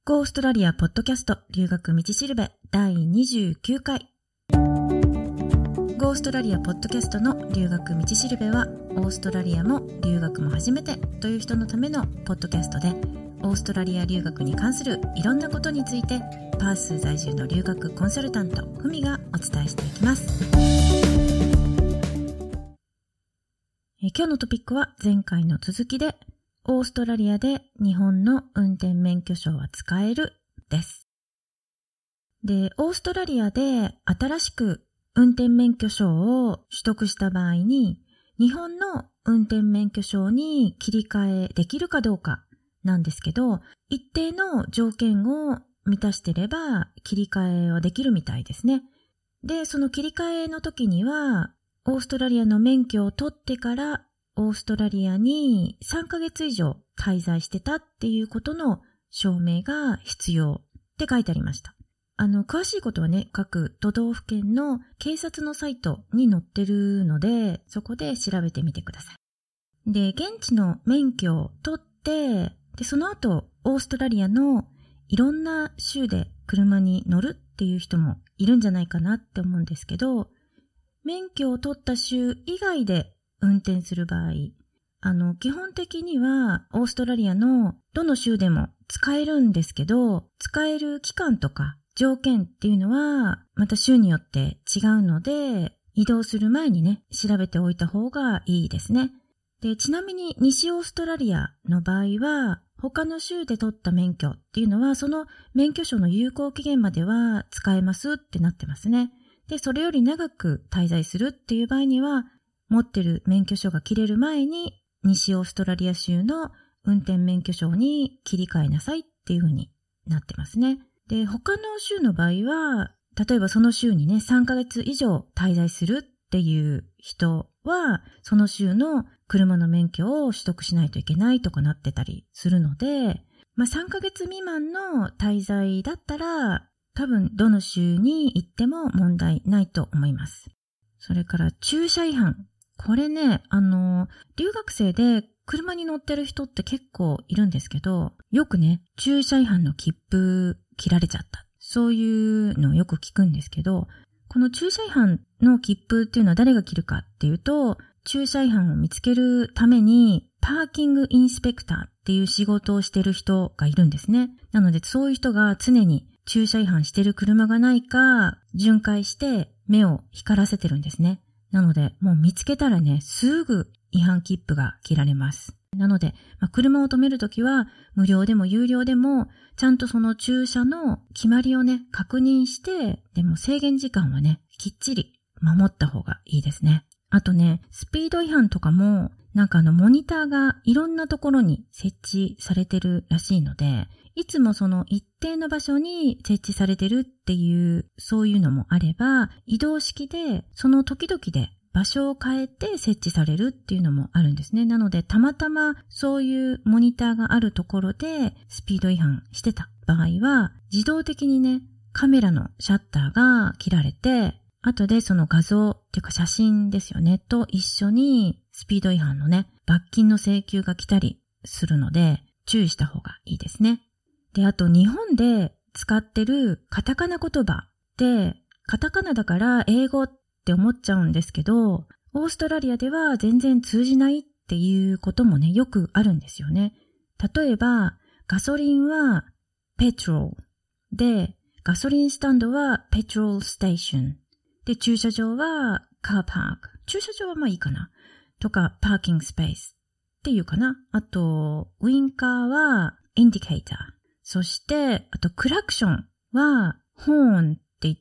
オーストラリアポッドキャスト留学道しるべ第29回。ゴーストラリアポッドキャストの留学道しるべは、オーストラリアも留学も初めてという人のためのポッドキャストで、オーストラリア留学に関するいろんなことについてパース在住の留学コンサルタントふみがお伝えしていきます。今日のトピックは前回の続きで、オーストラリアで日本の運転免許証は使えるです。で、オーストラリアで新しく運転免許証を取得した場合に、日本の運転免許証に切り替えできるかどうかなんですけど、一定の条件を満たしてれば切り替えはできるみたいですね。で、その切り替えの時には、オーストラリアの免許を取ってからオーストラリアに3ヶ月以上滞在してたっていうことの証明が必要って書いてありました。詳しいことはね、各都道府県の警察のサイトに載ってるので、そこで調べてみてください。で、現地の免許を取って、で、その後、オーストラリアのいろんな州で車に乗るっていう人もいるんじゃないかなって思うんですけど、免許を取った州以外で運転する場合、基本的にはオーストラリアのどの州でも使えるんですけど、使える期間とか条件っていうのはまた州によって違うので、移動する前にね、調べておいた方がいいですね。で、ちなみに西オーストラリアの場合は、他の州で取った免許っていうのは、その免許証の有効期限までは使えますってなってますね。で、それより長く滞在するっていう場合には、持ってる免許証が切れる前に、西オーストラリア州の運転免許証に切り替えなさいっていう風になってますね。で、他の州の場合は、例えばその州にね、3ヶ月以上滞在するっていう人は、その州の車の免許を取得しないといけないとかなってたりするので、3ヶ月未満の滞在だったら、多分どの州に行っても問題ないと思います。それから駐車違反。これね、留学生で車に乗ってる人って結構いるんですけど、よくね、駐車違反の切符切られちゃった。そういうのをよく聞くんですけど、この駐車違反の切符っていうのは誰が切るかっていうと、駐車違反を見つけるためにパーキングインスペクターっていう仕事をしてる人がいるんですね。なのでそういう人が常に駐車違反してる車がないか巡回して目を光らせてるんですね。なのでもう見つけたらね、すぐ違反切符が切られます。なので、車を止めるときは無料でも有料でもちゃんとその駐車の決まりをね、確認して、でも制限時間はね、きっちり守った方がいいですね。あとね、スピード違反とかもモニターがいろんなところに設置されてるらしいので、いつもその一定の場所に設置されてるっていう、そういうのもあれば、移動式でその時々で場所を変えて設置されるっていうのもあるんですね。なので、たまたまそういうモニターがあるところでスピード違反してた場合は、自動的にね、カメラのシャッターが切られて、後でその画像っていうか写真ですよね、と一緒にスピード違反のね、罰金の請求が来たりするので、注意した方がいいですね。で、あと日本で使ってるカタカナ言葉で、カタカナだから英語って思っちゃうんですけど、オーストラリアでは全然通じないっていうこともね、よくあるんですよね。例えば、ガソリンはペトローで、ガソリンスタンドはペトロールステーションで、駐車場はカーパーク。駐車場はまあいいかな。とか、パーキングスペースっていうかな。あと、ウインカーはインディケーター。そして、あとクラクションはホーンって言って、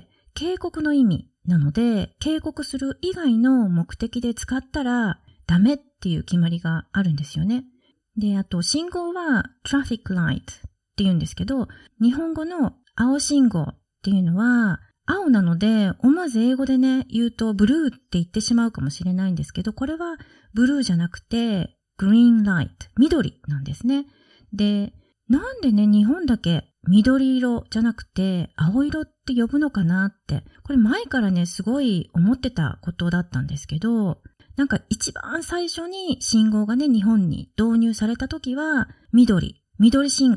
警告の意味なので、警告する以外の目的で使ったらダメっていう決まりがあるんですよね。で、あと信号はトラフィックライトって言うんですけど、日本語の青信号っていうのは、青なので、思わず英語でね、言うとブルーって言ってしまうかもしれないんですけど、これはブルーじゃなくて、グリーンライト、緑なんですね。で、なんでね、日本だけ緑色じゃなくて、青色って呼ぶのかなって、これ前からね、すごい思ってたことだったんですけど、一番最初に信号がね、日本に導入された時は、緑信号っ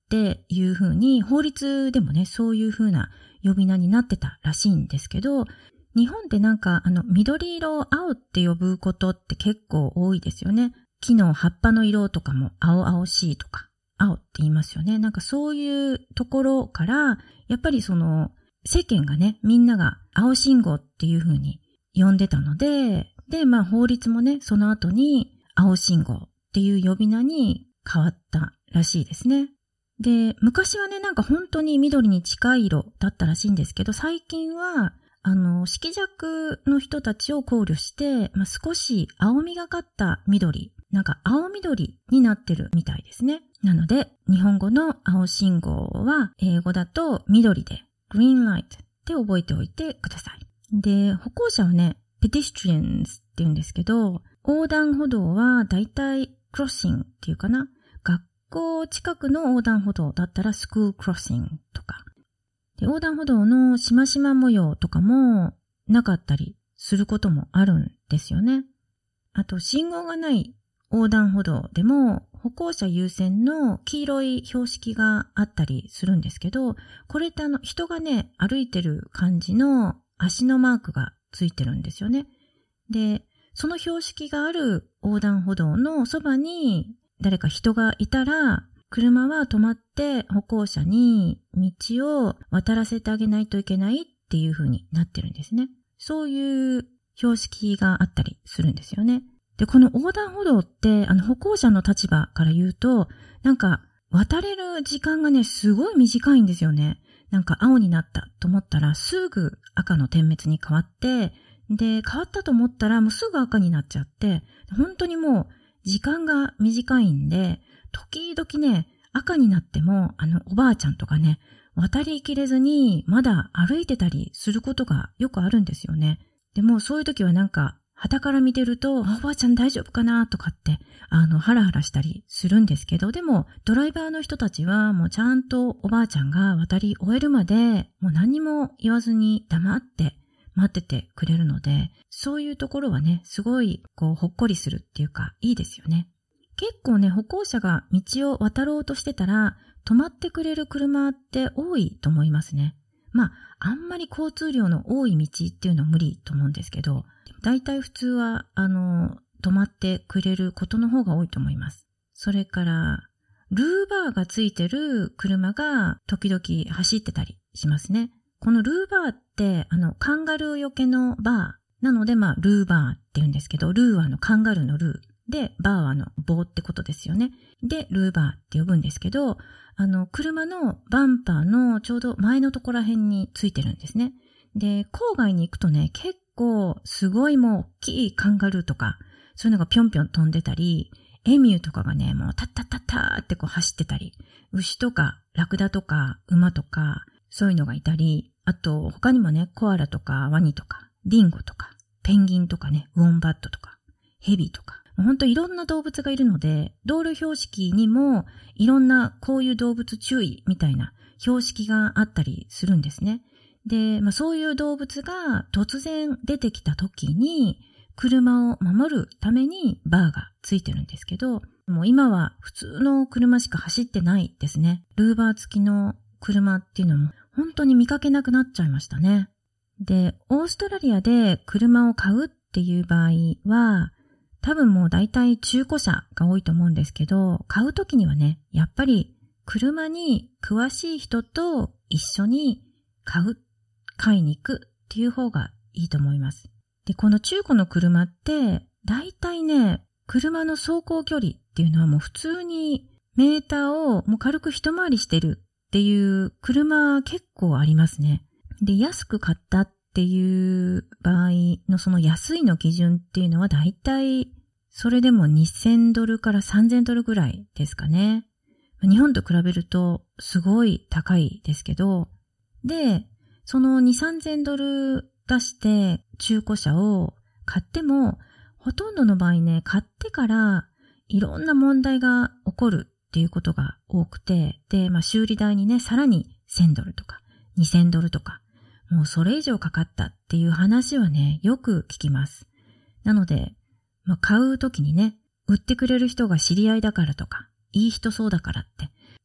っていう風に、法律でもね、そういう風な呼び名になってたらしいんですけど、日本ってなんか緑色を青って呼ぶことって結構多いですよね。木の葉っぱの色とかも青々しいとか、青って言いますよね。なんかそういうところから、やっぱり世間がね、みんなが青信号っていう風に呼んでたので、で、法律もね、その後に青信号っていう呼び名に変わったらしいですね。で、昔はね、なんか本当に緑に近い色だったらしいんですけど、最近は、色弱の人たちを考慮して、少し青みがかった緑、なんか青緑になってるみたいですね。なので、日本語の青信号は、英語だと緑で、green light って覚えておいてください。で、歩行者はね、pedestrians って言うんですけど、横断歩道はだいたい crossing っていうかな。学校近くの横断歩道だったら school crossing とか。で、横断歩道のしましま模様とかもなかったりすることもあるんですよね。あと、信号がない横断歩道でも歩行者優先の黄色い標識があったりするんですけど、これって人がね、歩いてる感じの足のマークがついてるんですよね。で、その標識がある横断歩道のそばに誰か人がいたら、車は止まって歩行者に道を渡らせてあげないといけないっていう風になってるんですね。そういう標識があったりするんですよね。で、この横断歩道って歩行者の立場から言うと、なんか渡れる時間がね、すごい短いんですよね。なんか青になったと思ったらすぐ赤の点滅に変わって、で、変わったと思ったらもうすぐ赤になっちゃって、本当にもう時間が短いんで、時々ね、赤になっても、おばあちゃんとかね、渡りきれずに、まだ歩いてたりすることがよくあるんですよね。でも、そういう時はなんか、傍から見てると、おばあちゃん大丈夫かなとかって、ハラハラしたりするんですけど、でも、ドライバーの人たちは、もうちゃんとおばあちゃんが渡り終えるまで、もう何にも言わずに黙って待っててくれるので、そういうところはね、すごい、ほっこりするっていうか、いいですよね。結構ね、歩行者が道を渡ろうとしてたら、止まってくれる車って多いと思いますね。あんまり交通量の多い道っていうのは無理と思うんですけど、だいたい普通は、止まってくれることの方が多いと思います。それから、ルーバーがついてる車が時々走ってたりしますね。このルーバーって、カンガルーよけのバーなので、ルーバーって言うんですけど、ルーはカンガルーのルー。で、バーは棒ってことですよね。で、ルーバーって呼ぶんですけど、車のバンパーのちょうど前のところら辺についてるんですね。で、郊外に行くとね、結構すごいもう大きいカンガルーとか、そういうのがぴょんぴょん飛んでたり、エミューとかがね、もうタッタッタッターって走ってたり、牛とかラクダとか馬とか、そういうのがいたり、あと他にもね、コアラとかワニとか、ディンゴとか、ペンギンとかね、ウォンバットとか、ヘビとか、本当いろんな動物がいるので、道路標識にもいろんなこういう動物注意みたいな標識があったりするんですね。で、そういう動物が突然出てきた時に車を守るためにバーがついてるんですけど、もう今は普通の車しか走ってないですね。ルーバー付きの車っていうのも本当に見かけなくなっちゃいましたね。で、オーストラリアで車を買うっていう場合は、多分もう大体中古車が多いと思うんですけど、買うときにはね、やっぱり車に詳しい人と一緒に買いに行くっていう方がいいと思います。で、この中古の車って、大体ね、車の走行距離っていうのはもう普通にメーターをもう軽く一回りしてるっていう車結構ありますね。で、安く買ったっていう場合のその安いの基準っていうのは大体それでも$2000から$3000ぐらいですかね。日本と比べるとすごい高いですけど、で、その$2000、$3000出して中古車を買っても、ほとんどの場合ね、買ってからいろんな問題が起こるっていうことが多くて、で、修理代にね、さらに$1000とか$2000とか、もうそれ以上かかったっていう話はね、よく聞きます。なので、買うときにね、売ってくれる人が知り合いだからとか、いい人そうだからって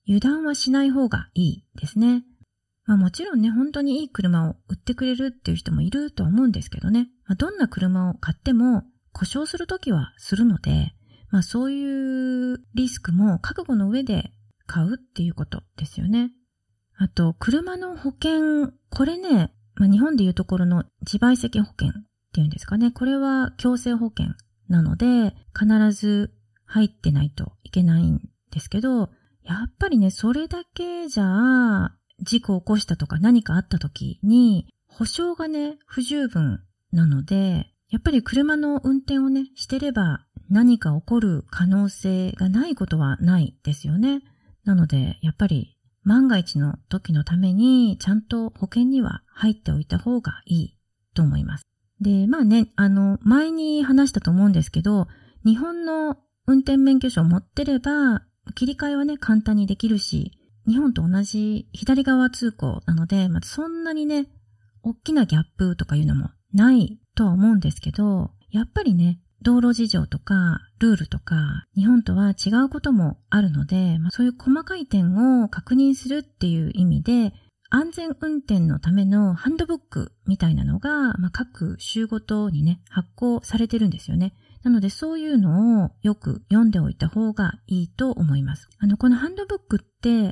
油断はしない方がいいですね。もちろんね、本当にいい車を売ってくれるっていう人もいるとは思うんですけどね。どんな車を買っても故障するときはするので、そういうリスクも覚悟の上で買うっていうことですよね。あと、車の保険、これね、日本でいうところの自賠責保険っていうんですかね。これは強制保険なので、必ず入ってないといけないんですけど、やっぱりね、それだけじゃ、事故を起こしたとか何かあった時に、保証がね、不十分なので、やっぱり車の運転をね、してれば何か起こる可能性がないことはないですよね。なので、やっぱり万が一の時のためにちゃんと保険には入っておいた方がいいと思います。で、前に話したと思うんですけど、日本の運転免許証を持ってれば、切り替えはね、簡単にできるし、日本と同じ左側通行なので、そんなにね、大きなギャップとかいうのもないとは思うんですけど、やっぱりね、道路事情とかルールとか日本とは違うこともあるので、そういう細かい点を確認するっていう意味で、安全運転のためのハンドブックみたいなのが、各州ごとにね、発行されてるんですよね。なのでそういうのをよく読んでおいた方がいいと思います。このハンドブックって、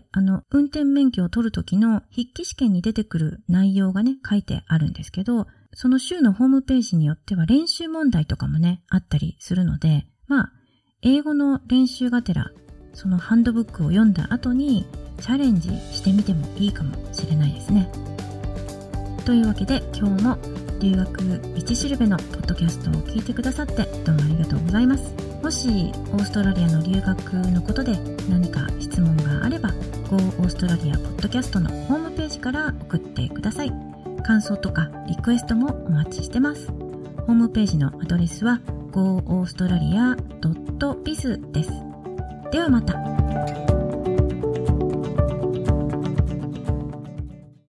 運転免許を取る時の筆記試験に出てくる内容がね、書いてあるんですけど、その州のホームページによっては練習問題とかもね、あったりするので、英語の練習がてら、そのハンドブックを読んだ後にチャレンジしてみてもいいかもしれないですね。というわけで今日も留学道しるべのポッドキャストを聞いてくださってどうもありがとうございます。もしオーストラリアの留学のことで何か質問があれば Go オーストラリアポッドキャストのホームページから送ってください。感想とかリクエストもお待ちしてます。ホームページのアドレスは goaustralia.biz です。ではまた。